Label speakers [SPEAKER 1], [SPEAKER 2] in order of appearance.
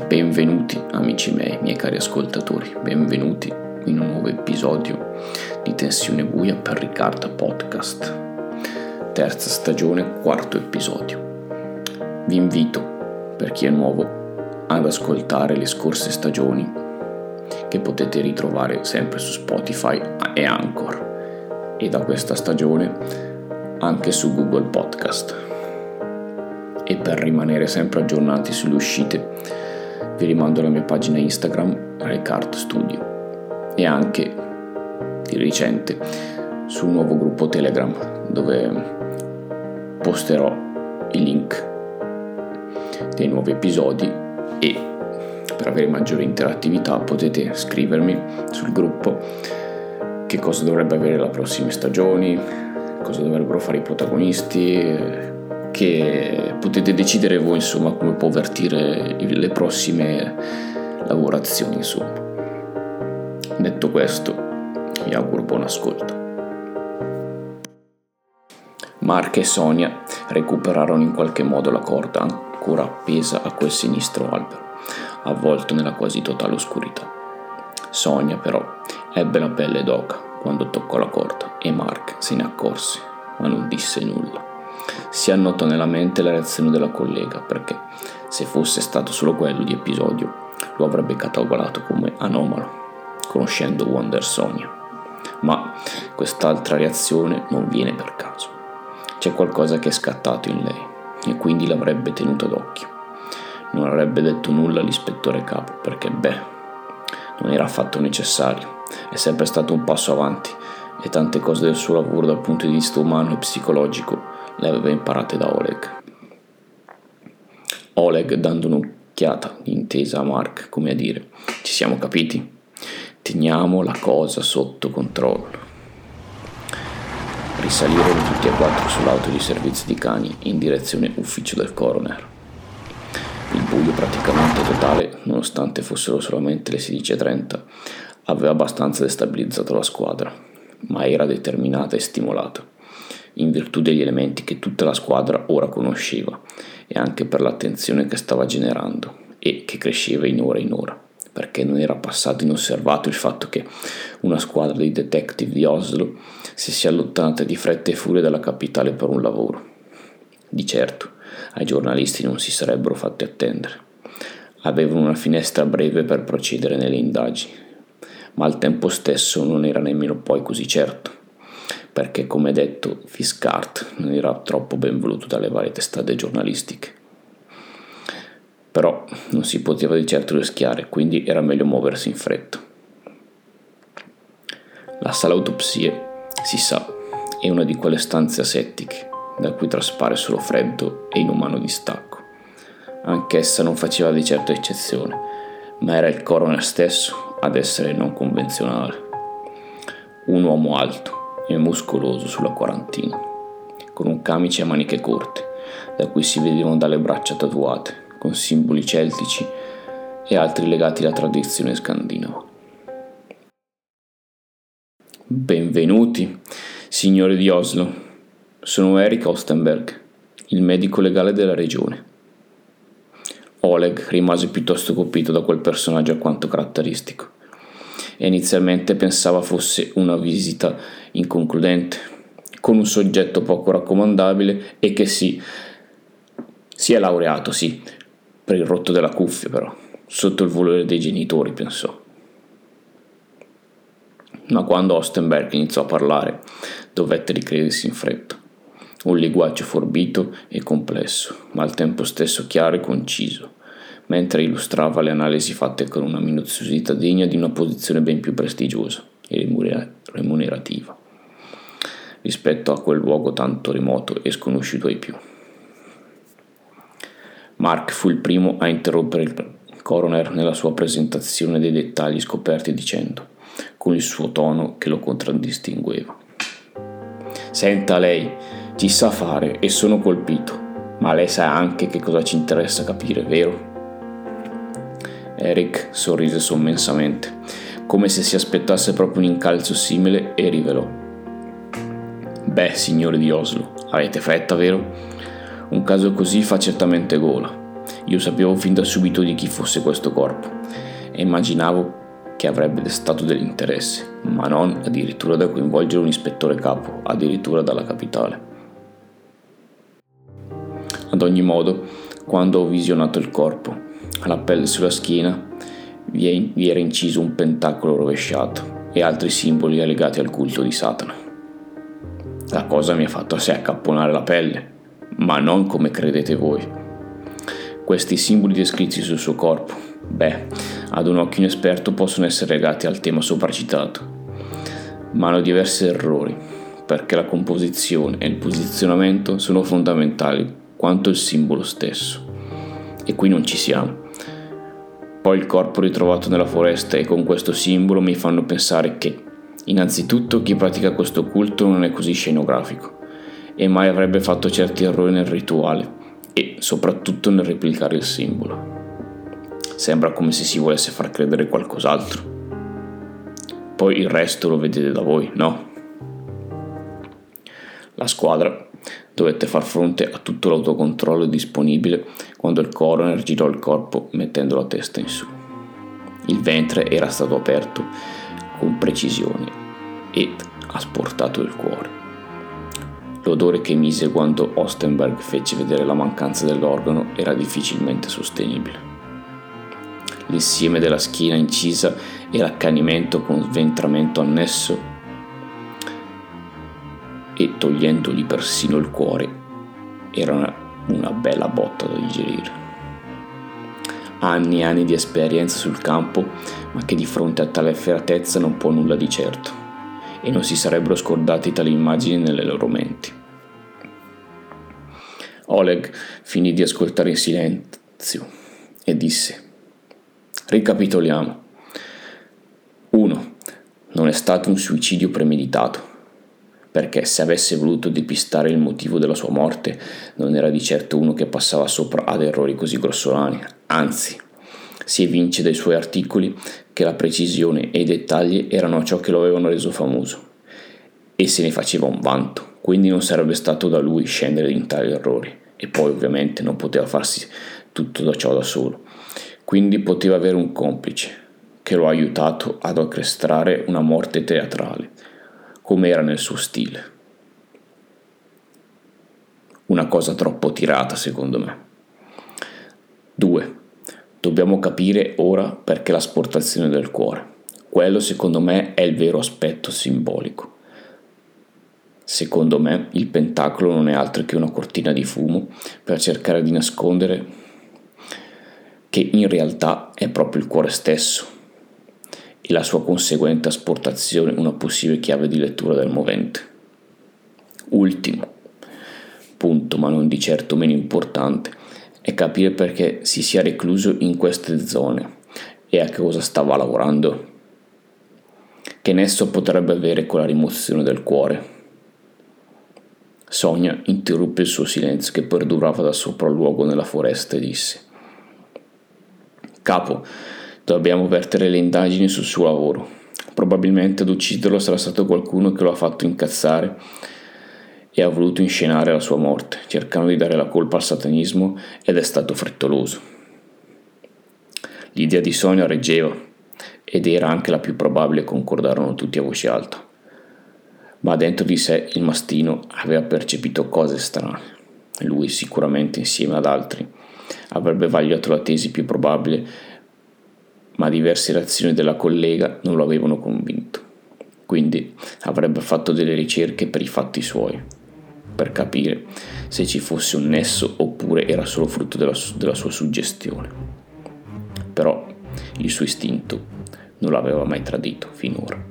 [SPEAKER 1] Benvenuti amici miei cari ascoltatori, benvenuti in un nuovo episodio di Tensione Buia per Riccardo Podcast, terza stagione, quarto episodio. Vi invito, per chi è nuovo, ad ascoltare le scorse stagioni che potete ritrovare sempre su Spotify e Anchor e da questa stagione anche su Google Podcast. E per rimanere sempre aggiornati sulle uscite vi rimando alla mia pagina Instagram Riccardo Studio e anche di recente sul nuovo gruppo Telegram dove posterò i link dei nuovi episodi e per avere maggiore interattività potete scrivermi sul gruppo che cosa dovrebbe avere le prossime stagioni, cosa dovrebbero fare i protagonisti, che potete decidere voi insomma come può vertire le prossime lavorazioni insomma. Detto questo, vi auguro buon ascolto. Mark e Sonia recuperarono in qualche modo la corda ancora appesa a quel sinistro albero, avvolto nella quasi totale oscurità. Sonia però ebbe la pelle d'oca quando toccò la corda e Mark se ne accorse, ma non disse nulla. Si annotò nella mente la reazione della collega, perché se fosse stato solo quello di episodio lo avrebbe catalogato come anomalo, conoscendo Wonder Sonia. Ma quest'altra reazione non viene per caso. C'è qualcosa che è scattato in lei e quindi l'avrebbe tenuta d'occhio. Non avrebbe detto nulla all'ispettore capo perché, non era affatto necessario. È sempre stato un passo avanti e tante cose del suo lavoro dal punto di vista umano e psicologico le aveva imparate da Oleg, dando un'occhiata di intesa a Mark, come a dire: ci siamo capiti? Teniamo la cosa sotto controllo. Risalirono tutti e quattro sull'auto di servizio di cani in direzione ufficio del coroner. Il buio praticamente totale, nonostante fossero solamente le 16:30, aveva abbastanza destabilizzato la squadra, ma era determinata e stimolata, in virtù degli elementi che tutta la squadra ora conosceva e anche per l'attenzione che stava generando e che cresceva in ora, perché non era passato inosservato il fatto che una squadra di detective di Oslo si sia allontanata di fretta e furia dalla capitale per un lavoro. Di certo, ai giornalisti non si sarebbero fatti attendere. Avevano una finestra breve per procedere nelle indagini, ma al tempo stesso non era nemmeno poi così certo, perché come detto Fiscart non era troppo ben voluto dalle varie testate giornalistiche. Però non si poteva di certo rischiare, quindi era meglio muoversi in fretta. La sala autopsie, si sa, è una di quelle stanze asettiche da cui traspare solo freddo e inumano distacco. Anch'essa non faceva di certo eccezione, ma era il coroner stesso ad essere non convenzionale. Un uomo alto e muscoloso sulla quarantina, con un camice a maniche corte, da cui si vedevano dalle braccia tatuate, con simboli celtici e altri legati alla tradizione scandinava. Benvenuti, signori di Oslo. Sono Erik Ostenberg, il medico legale della regione. Oleg rimase piuttosto colpito da quel personaggio alquanto caratteristico e inizialmente pensava fosse una visita inconcludente, con un soggetto poco raccomandabile e che si è laureato, sì, per il rotto della cuffia però, sotto il volere dei genitori, pensò. Ma quando Ostenberg iniziò a parlare, dovette ricredersi in fretta. Un linguaggio forbito e complesso, ma al tempo stesso chiaro e conciso, mentre illustrava le analisi fatte con una minuziosità degna di una posizione ben più prestigiosa e remunerativa rispetto a quel luogo tanto remoto e sconosciuto ai più. Mark fu il primo a interrompere il coroner nella sua presentazione dei dettagli scoperti dicendo, con il suo tono che lo contraddistingueva: «Senta lei, ci sa fare e sono colpito, ma lei sa anche che cosa ci interessa capire, vero?» Erik sorrise sommensamente, come se si aspettasse proprio un incalzo simile, e rivelò: signori di Oslo, avete fretta, vero? Un caso così fa certamente gola. Io sapevo fin da subito di chi fosse questo corpo e immaginavo che avrebbe destato dell'interesse, ma non addirittura da coinvolgere un ispettore capo, addirittura dalla capitale. Ad ogni modo, quando ho visionato il corpo, alla pelle sulla schiena vi era inciso un pentacolo rovesciato e altri simboli legati al culto di Satana. La cosa mi ha fatto assai accapponare la pelle, ma non come credete voi. Questi simboli descritti sul suo corpo, ad un occhio inesperto possono essere legati al tema sopracitato, ma hanno diversi errori, perché la composizione e il posizionamento sono fondamentali quanto il simbolo stesso. E qui non ci siamo. Poi il corpo ritrovato nella foresta e con questo simbolo mi fanno pensare che, innanzitutto, chi pratica questo culto non è così scenografico e mai avrebbe fatto certi errori nel rituale e soprattutto nel replicare il simbolo. Sembra come se si volesse far credere qualcos'altro. Poi il resto lo vedete da voi, no? La squadra dovette far fronte a tutto l'autocontrollo disponibile quando il coroner girò il corpo mettendo la testa in su. Il ventre era stato aperto con precisione ed ha sportato il cuore. L'odore che emise quando Ostenberg fece vedere la mancanza dell'organo era difficilmente sostenibile. L'insieme della schiena incisa e l'accanimento con sventramento annesso e togliendogli persino il cuore era una bella botta da digerire. Anni e anni di esperienza sul campo, ma che di fronte a tale efferatezza non può nulla di certo, e non si sarebbero scordati tali immagini nelle loro menti. Oleg finì di ascoltare in silenzio e disse: ricapitoliamo. 1. Non è stato un suicidio premeditato, perché se avesse voluto depistare il motivo della sua morte non era di certo uno che passava sopra ad errori così grossolani, anzi, si evince dai suoi articoli che la precisione e i dettagli erano ciò che lo avevano reso famoso, e se ne faceva un vanto, quindi non sarebbe stato da lui scendere in tali errori, e poi ovviamente non poteva farsi tutto da ciò da solo, quindi poteva avere un complice che lo ha aiutato ad orchestrare una morte teatrale, come era nel suo stile. Una cosa troppo tirata, secondo me. 2. Dobbiamo capire ora perché l'asportazione del cuore. Quello, secondo me, è il vero aspetto simbolico. Secondo me, il pentacolo non è altro che una cortina di fumo per cercare di nascondere che in realtà è proprio il cuore stesso e la sua conseguente asportazione una possibile chiave di lettura del movente. Ultimo punto, ma non di certo meno importante, è capire perché si sia recluso in queste zone e a che cosa stava lavorando. Che nesso potrebbe avere con la rimozione del cuore? Sonia interruppe il suo silenzio che perdurava da sopralluogo nella foresta e disse: Capo, dobbiamo vertere le indagini sul suo lavoro. Probabilmente ad ucciderlo sarà stato qualcuno che lo ha fatto incazzare e ha voluto inscenare la sua morte, cercando di dare la colpa al satanismo, ed è stato frettoloso. L'idea di Sonia reggeva, ed era anche la più probabile, concordarono tutti a voce alta. Ma dentro di sé il mastino aveva percepito cose strane. Lui, sicuramente insieme ad altri, avrebbe vagliato la tesi più probabile, ma diverse reazioni della collega non lo avevano convinto. Quindi avrebbe fatto delle ricerche per i fatti suoi, per capire se ci fosse un nesso oppure era solo frutto della sua suggestione. Però il suo istinto non l'aveva mai tradito finora.